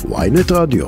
ynet רדיו.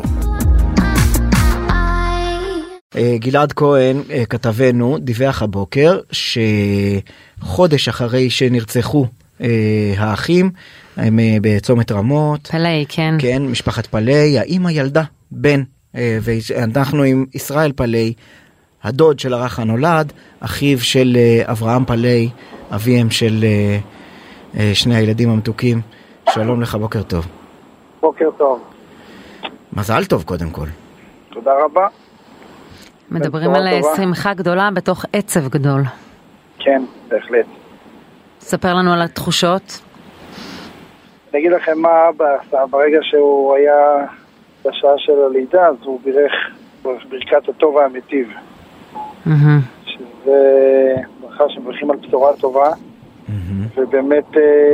גלעד כהן, כתבנו, דיווח הבוקר שחודש אחרי שנרצחו האחים, הם בצומת רמות. פלאי, כן. כן, משפחת פלאי, האמא ילדה, בן, ואנחנו עם ישראל פלאי, הדוד של הרך הנולד, אחיו של אברהם פלאי, אביהם של שני הילדים המתוקים. שלום לך, בוקר טוב. בוקר טוב. מזל טוב קודם כל. תודה רבה. מדברים על שמחה גדולה בתוך עצב גדול. כן, בהחלט. ספר לנו על התחושות. אני אגיד לכם מה אבא עשה. ברגע שהוא היה בשעה של הלידה, אז הוא בירך ברכת הטוב והמיטיב. שזה ברכה שמברכים על בשורה טובה. ובאמת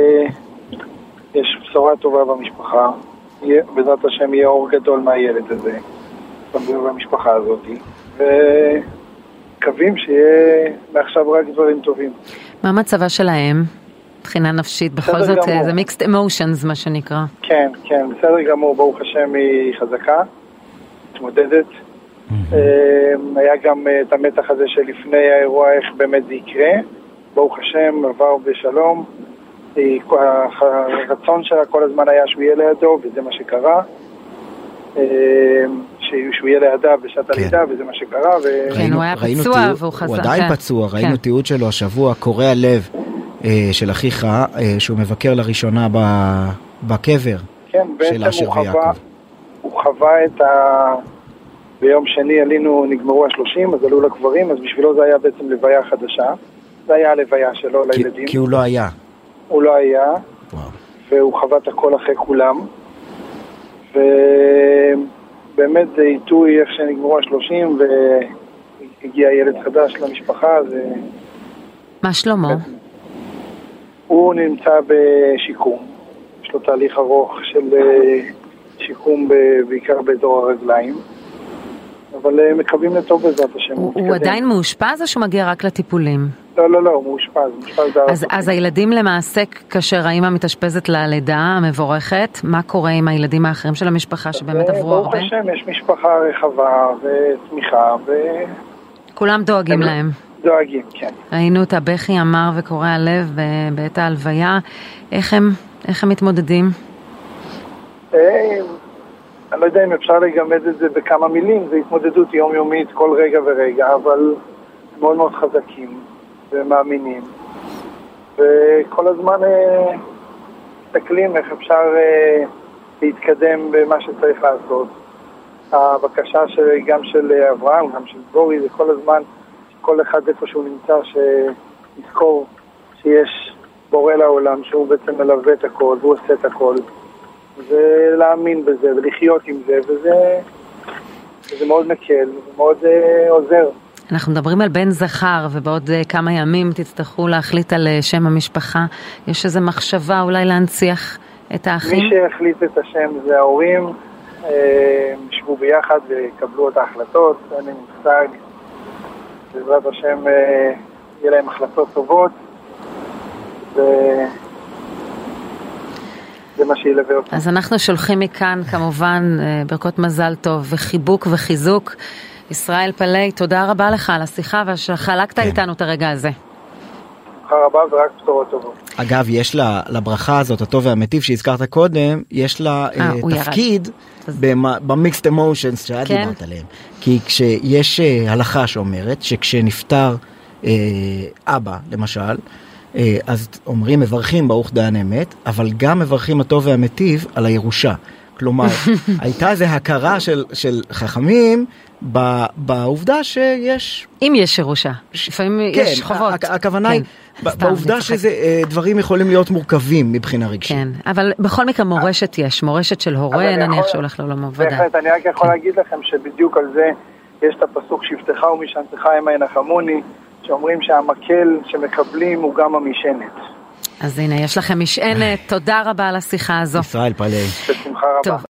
יש בשורה טובה במשפחה. בעזרת השם יהיה אור גדול מהילד הזה. במשפחה הזאת. וקווים שיהיה מעכשיו רק דברים טובים. מה מצבה שלהם? מבחינה נפשית, בכל זאת זה mixed emotions מה שנקרא. כן, כן, בסדר גמור, ברוך השם היא חזקה, מתמודדת. היה גם את המתח הזה שלפני האירוע איך באמת זה יקרה. ברוך השם עבר בשלום. הרצון שלה כל הזמן היה שהוא יהיה לידו, וזה מה שקרה. שהוא יהיה לידה בשעת הלידה, וזה מה שקרה. כן, הוא היה פצוע והוא חזר. הוא עדיין פצוע, ראינו תיעוד שלו השבוע, קורע לב של אחיך, שהוא מבקר לראשונה בקבר של אשר ויעקב. הוא חווה את ביום שני עלינו, נגמרו ה-30, אז עלו לקברים, אז בשבילו זה היה בעצם לוויה חדשה. זה היה הלוויה שלו לילדים. כי הוא לא היה. הוא לא היה, והוא חווה את הכל אחרי כולם. ובאמת זה עיתוי איך שנגמרו ה-30 והגיע ילד חדש למשפחה. מה שלמה? הוא נמצא בשיקום. יש לו תהליך ארוך של שיקום בעיקר באזור הרגליים. אבל מקווים לטוב בעזרת השם. הוא עדיין מאושפז או שהוא מגיע רק לטיפולים? לא, הוא מאושפז. אז הילדים למעשה, כאשר האמא מתאשפזת ללידה המבורכת, מה קורה עם הילדים האחרים של המשפחה שבאמת עברו הרבה? ברוך השם, יש משפחה רחבה ותמיכה כולם דואגים להם. דואגים, כן. ראינו את הבכי המר וקורע הלב בעת ההלוויה. איך הם מתמודדים? אני לא יודע אם אפשר לגמד את זה בכמה מילים, זה התמודדות יומיומית כל רגע ורגע, אבל מאוד מאוד חזקים ומאמינים. וכל הזמן מסתכלים איך אפשר להתקדם במה שצריך לעשות. הבקשה גם של אברהם, גם של בורי, זה כל הזמן, כל אחד איפה שהוא נמצא, שנזכור שיש בורא לעולם, שהוא בעצם מלווה את הכל, והוא עושה את הכל. ולהאמין בזה, ולחיות עם זה, וזה מאוד מקל, ומאוד עוזר. אנחנו מדברים על בן זכר, ובעוד כמה ימים תצטרכו להחליט על שם המשפחה. יש איזו מחשבה אולי להנציח את האחים? מי שהחליט את השם זה ההורים, ישבו ביחד ויקבלו את ההחלטות. אני מושג, בעזרת השם יהיה להם החלטות טובות, זה מה שילווה אותם. אז אנחנו שולחים מכאן כמובן ברכות מזל טוב וחיבוק וחיזוק. ישראל פלאי, תודה רבה לך על השיחה ושחלקת איתנו את הרגע הזה. תודה רבה ורק בשורות טובות. אגב, יש לברכה הזאת, הטוב והמיטיב שהזכרת קודם, יש לה תפקיד במיקסט אמושנס שאת דיברת עליהם. כי כשיש הלכה שאומרת שכשנפטר אבא, למשל, אז אומרים מברכים ברוך דיין אמת, אבל גם מברכים הטוב והמיטיב על הירושה. כלומר, הייתה איזו הכרה של חכמים בעובדה שיש... אם יש ירושה, לפעמים יש חובות. הכוונה היא, בעובדה שזה דברים יכולים להיות מורכבים מבחינה רגשית. כן, אבל בכל מקרה מורשת יש, מורשת של הורה, נניח שהולך לעולם עבודה. בהחלט, אני רק יכול להגיד לכם שבדיוק על זה יש את הפסוק שבטך ומשענתך המה ינחמוני, שאומרים שהמקל שמקבלים הוא גם המשענת. אז הנה, יש לכם משענת. תודה רבה על השיחה הזו. ישראל פלאי. בשמחה רבה.